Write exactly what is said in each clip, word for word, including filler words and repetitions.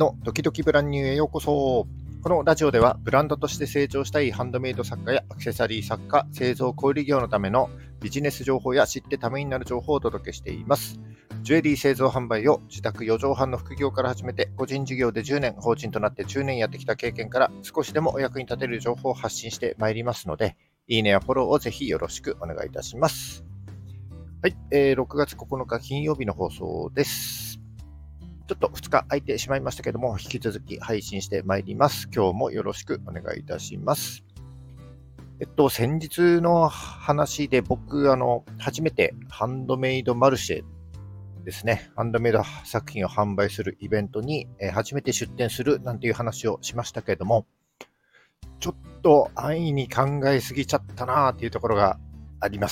のドキドキブランニューへようこそ。このラジオではブランドとして成長したいハンドメイド作家やアクセサリー作家、製造小売業のためのビジネス情報や知ってためになる情報をお届けしています。ジュエリー製造販売を自宅よじはんの副業から始めて個人事業でじゅうねん、法人となってじゅうねんやってきた経験から少しでもお役に立てる情報を発信してまいりますので、いいねやフォローをぜひよろしくお願いいたします。はい、えー、ろくがつここのか金曜日の放送です。ちょっとふつか空いてしまいましたけども、引き続き配信してまいります。今日もよろしくお願いいたします。えっと、先日の話で僕、あの、初めてハンドメイドマルシェですね、ハンドメイド作品を販売するイベントに、えー、初めて出展するなんていう話をしましたけれども、ちょっと安易に考えすぎちゃったなーっていうところがあります。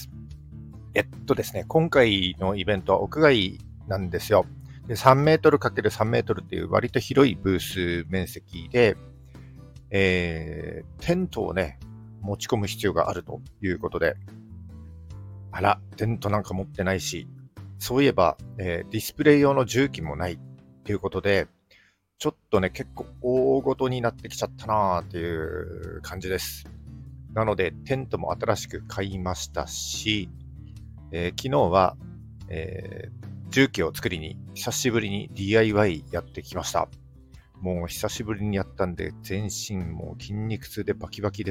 えっとですね、今回のイベントは屋外なんですよ。でさんメートルかけるさんメートルっていう割と広いブース面積で、えー、テントをね、持ち込む必要があるということで、あら、テントなんか持ってないし、そういえば、えー、ディスプレイ用の重機もないっていうことで、ちょっとね、結構大ごとになってきちゃったなーっていう感じです。なので、テントも新しく買いましたし、えー、昨日は、えー重機を作りに久しぶりに ディーアイワイ やってきました。もう久しぶりにやったんで全身もう筋肉痛でバキバキです。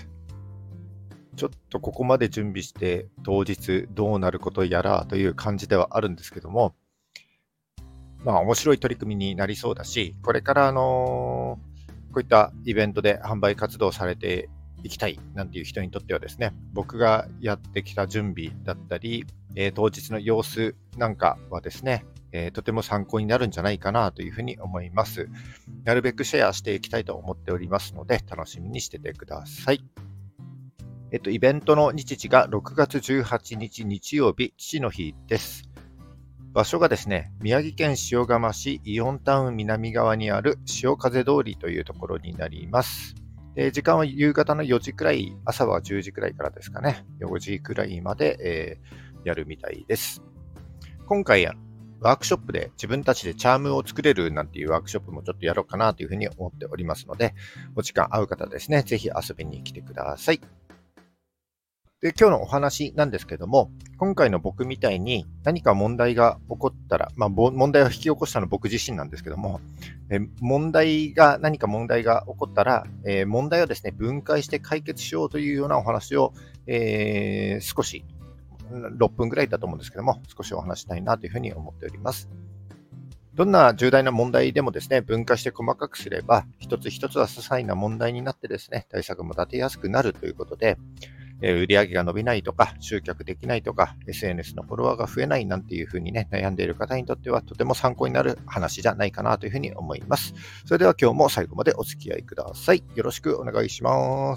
ちょっとここまで準備して当日どうなることやらという感じではあるんですけども、まあ面白い取り組みになりそうだし、これからあのー、こういったイベントで販売活動されていきたいなんていう人にとってはですね、僕がやってきた準備だったり、えー、当日の様子なんかはですね、えー、とても参考になるんじゃないかなというふうに思います。なるべくシェアしていきたいと思っておりますので、楽しみにしててください。えっと、イベントの日時がろくがつじゅうはちにち日曜日、父の日です。場所がですね、宮城県塩竈市イオンタウン南側にある潮風通りというところになります。で時間は夕方のよじくらい、朝はじゅうじくらいからですかね、よじくらいまで、えー、やるみたいです。今回ワークショップで自分たちでチャームを作れるなんていうワークショップもちょっとやろうかなというふうに思っておりますので、お時間合う方ですね、ぜひ遊びに来てください。で、今日のお話なんですけども、今回の僕みたいに何か問題が起こったら、まあ、問題を引き起こしたのは僕自身なんですけども、え問題が、何か問題が起こったら、えー、問題をですね、分解して解決しようというようなお話を、えー、少し、ろっぷんぐらいだと思うんですけども、少しお話したいなというふうに思っております。どんな重大な問題でもですね、分解して細かくすれば、一つ一つは些細な問題になってですね、対策も立てやすくなるということで、売り上げが伸びないとか、集客できないとか、エスエヌエス のフォロワーが増えないなんていうふうにね、悩んでいる方にとってはとても参考になる話じゃないかなというふうに思います。それでは今日も最後までお付き合いください。よろしくお願いします。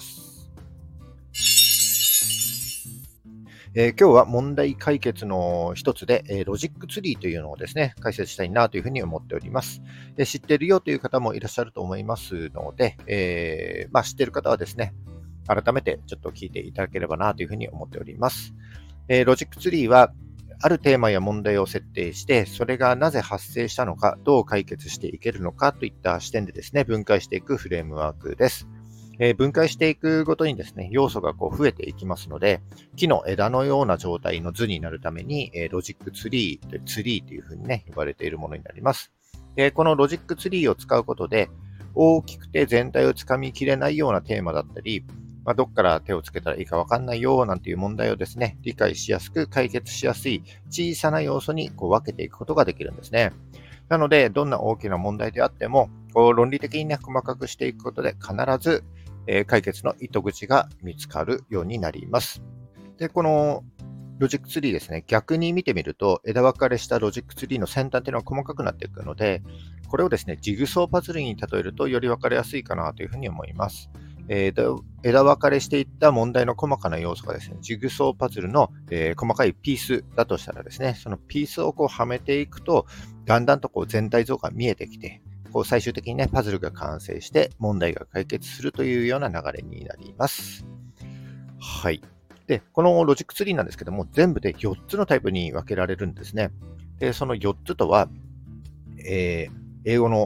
えー、今日は問題解決の一つで、えー、ロジックツリーというのをですね、解説したいなというふうに思っております。えー、知っているよという方もいらっしゃると思いますので、えーまあ、知っている方はですね、改めてちょっと聞いていただければなというふうに思っております。えー、ロジックツリーはあるテーマや問題を設定して、それがなぜ発生したのか、どう解決していけるのかといった視点でですね、分解していくフレームワークです。えー、分解していくごとにですね、要素がこう増えていきますので、木の枝のような状態の図になるために、えー、ロジックツリーというツリーというふうにね、呼ばれているものになります。で、このロジックツリーを使うことで、大きくて全体をつかみきれないようなテーマだったり、まあ、どっから手をつけたらいいか分かんないよなんていう問題をですね、理解しやすく解決しやすい小さな要素にこう分けていくことができるんですね。なので、どんな大きな問題であっても、こう論理的にね、細かくしていくことで必ず、えー、解決の糸口が見つかるようになります。で、このロジックツリーですね、逆に見てみると、枝分かれしたロジックツリーの先端っていうのは細かくなっていくので、これをですね、ジグソーパズルに例えるとより分かりやすいかなというふうに思います。えー、枝分かれしていった問題の細かな要素がですね、ジグソーパズルの、えー、細かいピースだとしたらですね、そのピースをこうはめていくと、だんだんとこう全体像が見えてきて、こう最終的にね、パズルが完成して問題が解決するというような流れになります。はい。で、このロジックツリーなんですけども、全部でよっつのタイプに分けられるんですね。で、そのよっつとは、えー、英語の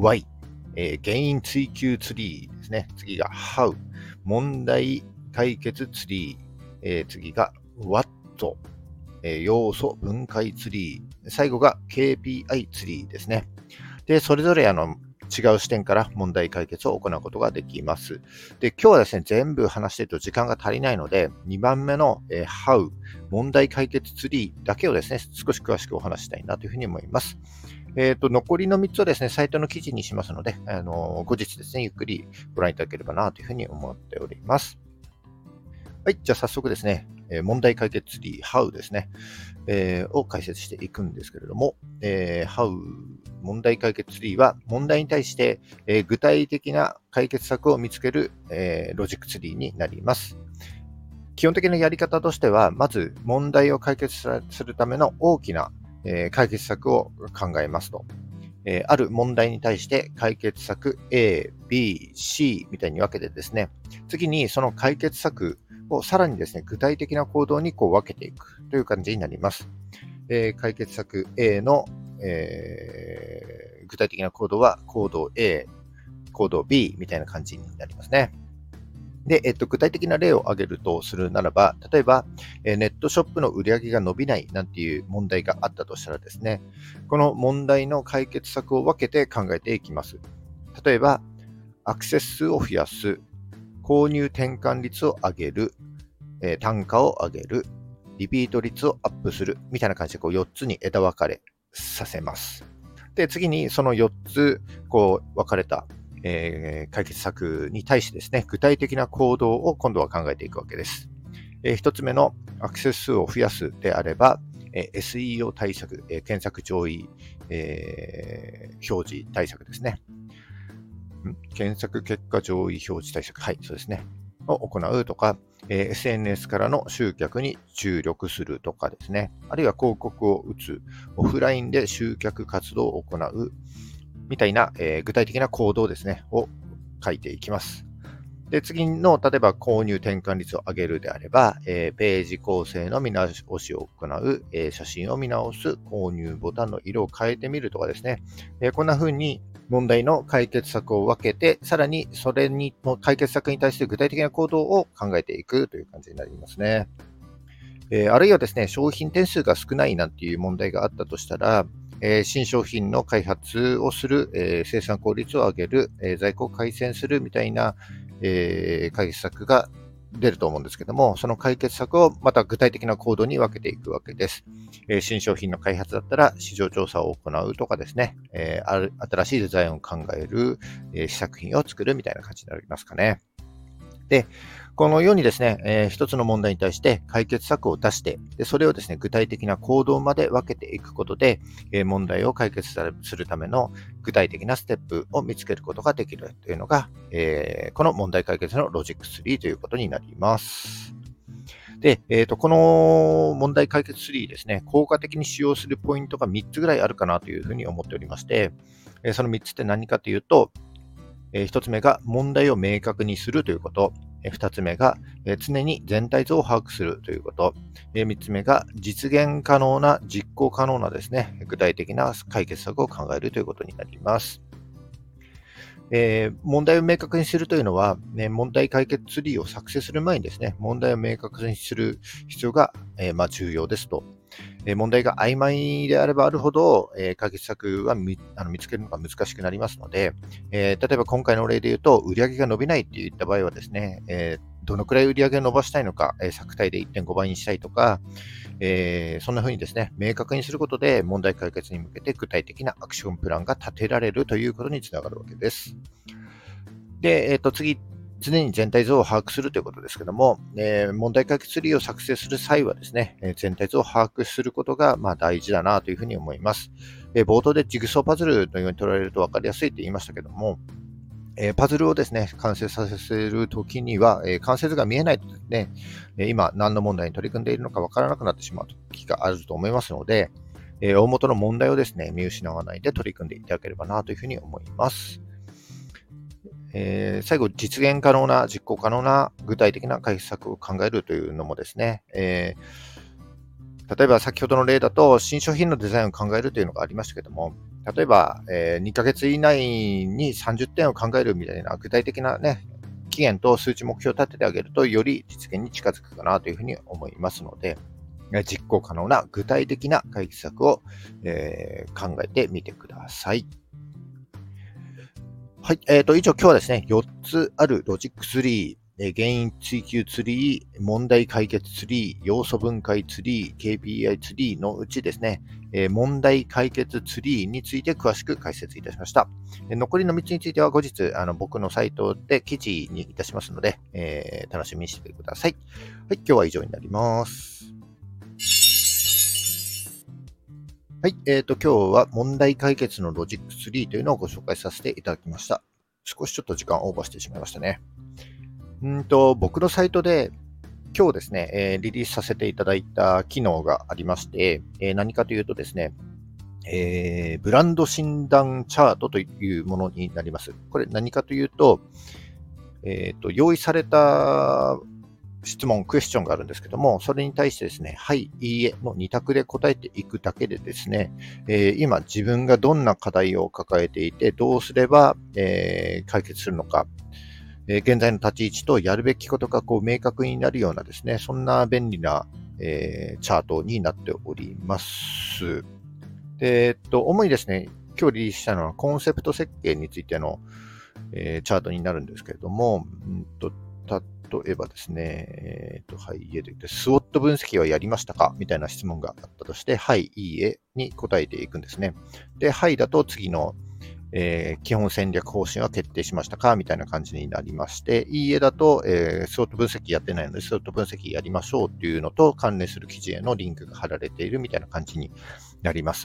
Why、えー、原因追求ツリーですね。次が How、問題解決ツリー、えー、次が What、えー、要素分解ツリー、最後が ケーピーアイ ツリーですね。で、それぞれあの違う視点から問題解決を行うことができます。で、今日はですね、全部話していると時間が足りないので、にばんめの、えー、How、問題解決ツリーだけをですね、少し詳しくお話したいなというふうに思います。えっと、残りのみっつはですね、サイトの記事にしますので、あのー、後日ですね、ゆっくりご覧いただければなというふうに思っております。はい、じゃあ早速ですね、えー、問題解決ツリー、How ですね、えー、を解説していくんですけれども、えー、How、問題解決ツリーは問題に対して、えー、具体的な解決策を見つける、えー、ロジックツリーになります。基本的なやり方としては、まず問題を解決するための大きな、えー、解決策を考えますと。えー、ある問題に対して解決策 A、B、C みたいに分けてですね、次にその解決策をさらにですね、具体的な行動にこう分けていくという感じになります。えー、解決策 A の、えー、具体的な行動は行動 A、行動 B みたいな感じになりますね。で、えっと、具体的な例を挙げるとするならば、例えば、えー、ネットショップの売り上げが伸びないなんていう問題があったとしたらですね、この問題の解決策を分けて考えていきます。例えば、アクセス数を増やす、購入転換率を上げる、えー、単価を上げる、リピート率をアップするみたいな感じでこうよっつに枝分かれさせます。で、次にそのよっつこう分かれた、えー、解決策に対してですね、具体的な行動を今度は考えていくわけです。えー、ひとつめのアクセス数を増やすであれば、えー、エスイーオー 対策、えー、検索上位、えー、表示対策ですね。検索結果上位表示対策。はい、そうですね。を行うとか、えー、エスエヌエス からの集客に注力するとかですね。あるいは広告を打つ、オフラインで集客活動を行うみたいな、えー、具体的な行動ですね、を書いていきます。で、次の、例えば購入転換率を上げるであれば、えー、ページ構成の見直しを行う、えー、写真を見直す、購入ボタンの色を変えてみるとかですね。えー、こんな風に問題の解決策を分けて、さらにそれにの解決策に対して具体的な行動を考えていくという感じになりますね。えー、あるいはですね、商品点数が少ないなんていう問題があったとしたら、えー、新商品の開発をする、えー、生産効率を上げる、えー、在庫を改善するみたいな、えー、解決策が出ると思うんですけども、その解決策をまた具体的な行動に分けていくわけです。えー、新商品の開発だったら市場調査を行うとかですね、えー、ある新しいデザインを考える、えー、試作品を作るみたいな感じになりますかね。で、このようにですね、えー、一つの問題に対して解決策を出して、でそれをですね、具体的な行動まで分けていくことで、えー、問題を解決するための具体的なステップを見つけることができるというのが、えー、この問題解決のロジックスリーということになります。で、えーと、この問題解決ツリーですね、効果的に使用するポイントがみっつぐらいあるかなというふうに思っておりまして、えー、そのみっつって何かというと、えー、ひとつめが問題を明確にするということ。ふたつめが常に全体像を把握するということ。みっつめが実現可能な、実行可能なですね、具体的な解決策を考えるということになります。えー、問題を明確にするというのは、ね、問題解決ツリーを作成する前にですね、問題を明確にする必要が、えーまあ、重要ですと。えー、問題が曖昧であればあるほど、えー、解決策は 見, あの見つけるのが難しくなりますので、えー、例えば今回の例で言うと、売上が伸びないっていった場合はですね、えー、どのくらい売上を伸ばしたいのか、えー、作体で いってんご 倍にしたいとか、えー、そんな風にですね、明確にすることで問題解決に向けて具体的なアクションプランが立てられるということにつながるわけです。で、えっと、次、常に全体像を把握するということですけども、えー、問題解決ツリーを作成する際はですね、えー、全体像を把握することが、まあ、大事だなというふうに思います。えー、冒頭でジグソーパズルのように捉えると分かりやすいと言いましたけども、えー、パズルをですね、完成させるときには、えー、完成図が見えないとですね、えー、今何の問題に取り組んでいるのか分からなくなってしまう時があると思いますので、えー、大元の問題をですね、見失わないで取り組んでいただければなというふうに思います。えー、最後、実現可能な、実行可能な具体的な解決策を考えるというのもですね、えー、例えば先ほどの例だと、新商品のデザインを考えるというのがありましたけども、 例えば、えー、にかげつ以内にさんじゅってんを考えるみたいな具体的なね、期限と数値目標を立ててあげると、より実現に近づくかなというふうに思いますので、実行可能な具体的な解決策を、えー、考えてみてください。はい。えっと、以上今日はですね、よっつあるロジックツリー、原因追求ツリー、問題解決ツリー、要素分解ツリー、ケーピーアイ ツリーのうちですね、問題解決ツリーについて詳しく解説いたしました。残りのみっつについては後日、あの僕のサイトで記事にいたしますので、えー、楽しみにしててください。はい。今日は以上になります。はい。えっと、今日は問題解決のロジックツリーというのをご紹介させていただきました。少しちょっと時間オーバーしてしまいましたね。うんと、僕のサイトで今日ですね、えー、リリースさせていただいた機能がありまして、えー、何かというとですね、えー、ブランド診断チャートというものになります。これ何かというと、えっと、用意された質問、クエスチョンがあるんですけども、それに対してですね、はい、いいえのに択で答えていくだけでですね、えー、今自分がどんな課題を抱えていて、どうすれば、えー、解決するのか、えー、現在の立ち位置とやるべきことがこう明確になるようなですね、そんな便利な、えー、チャートになっております。で、えっと、主にですね、今日リリースしたのはコンセプト設計についての、えー、チャートになるんですけれども、うんと例えばですね、えっと、はい、いいえと言って、スウォット分析はやりましたかみたいな質問があったとして、はい、いいえに答えていくんですね。で、はいだと次の、えー、基本戦略方針は決定しましたかみたいな感じになりまして、いいえだと、えー、スウォット分析やってないので、スウォット分析やりましょうっていうのと関連する記事へのリンクが貼られているみたいな感じになります。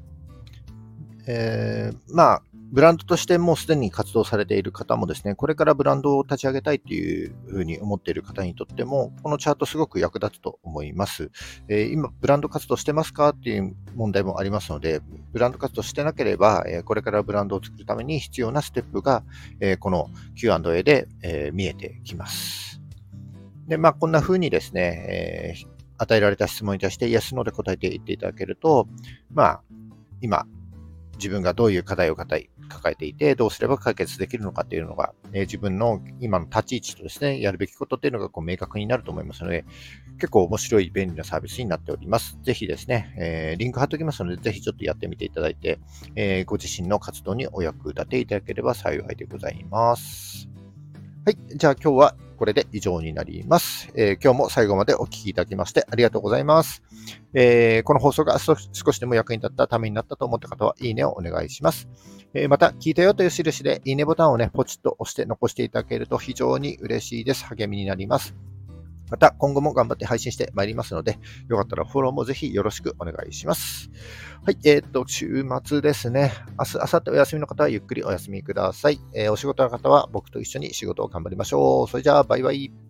えー、まあ、ブランドとしてもうすでに活動されている方もですね、これからブランドを立ち上げたいというふうに思っている方にとっても、このチャートすごく役立つと思います。えー、今、ブランド活動してますかっていう問題もありますので、ブランド活動してなければ、えー、これからブランドを作るために必要なステップが、えー、この キューアンドエー で、えー、見えてきます。で、まあ、こんな風にですね、えー、与えられた質問に対して Yes、No で答えていっていただけると、まあ、今、自分がどういう課題を抱えていて、どうすれば解決できるのかっていうのが、えー、自分の今の立ち位置とですね、やるべきことっていうのがこう明確になると思いますので、結構面白い便利なサービスになっております。ぜひですね、えー、リンク貼っておきますので、ぜひちょっとやってみていただいて、えー、ご自身の活動にお役立ていただければ幸いでございます。はい。じゃあ今日はこれで以上になります。えー、今日も最後までお聞きいただきましてありがとうございます。えー、この放送が少しでも役に立ったためになったと思った方は、いいねをお願いします。えー、また、聞いたよという印で、いいねボタンをね、ポチッと押して残していただけると非常に嬉しいです。励みになります。また、今後も頑張って配信してまいりますので、よかったらフォローもぜひよろしくお願いします。はい、えっと、週末ですね。明日、明後日お休みの方はゆっくりお休みください。えー、お仕事の方は僕と一緒に仕事を頑張りましょう。それじゃあ、バイバイ。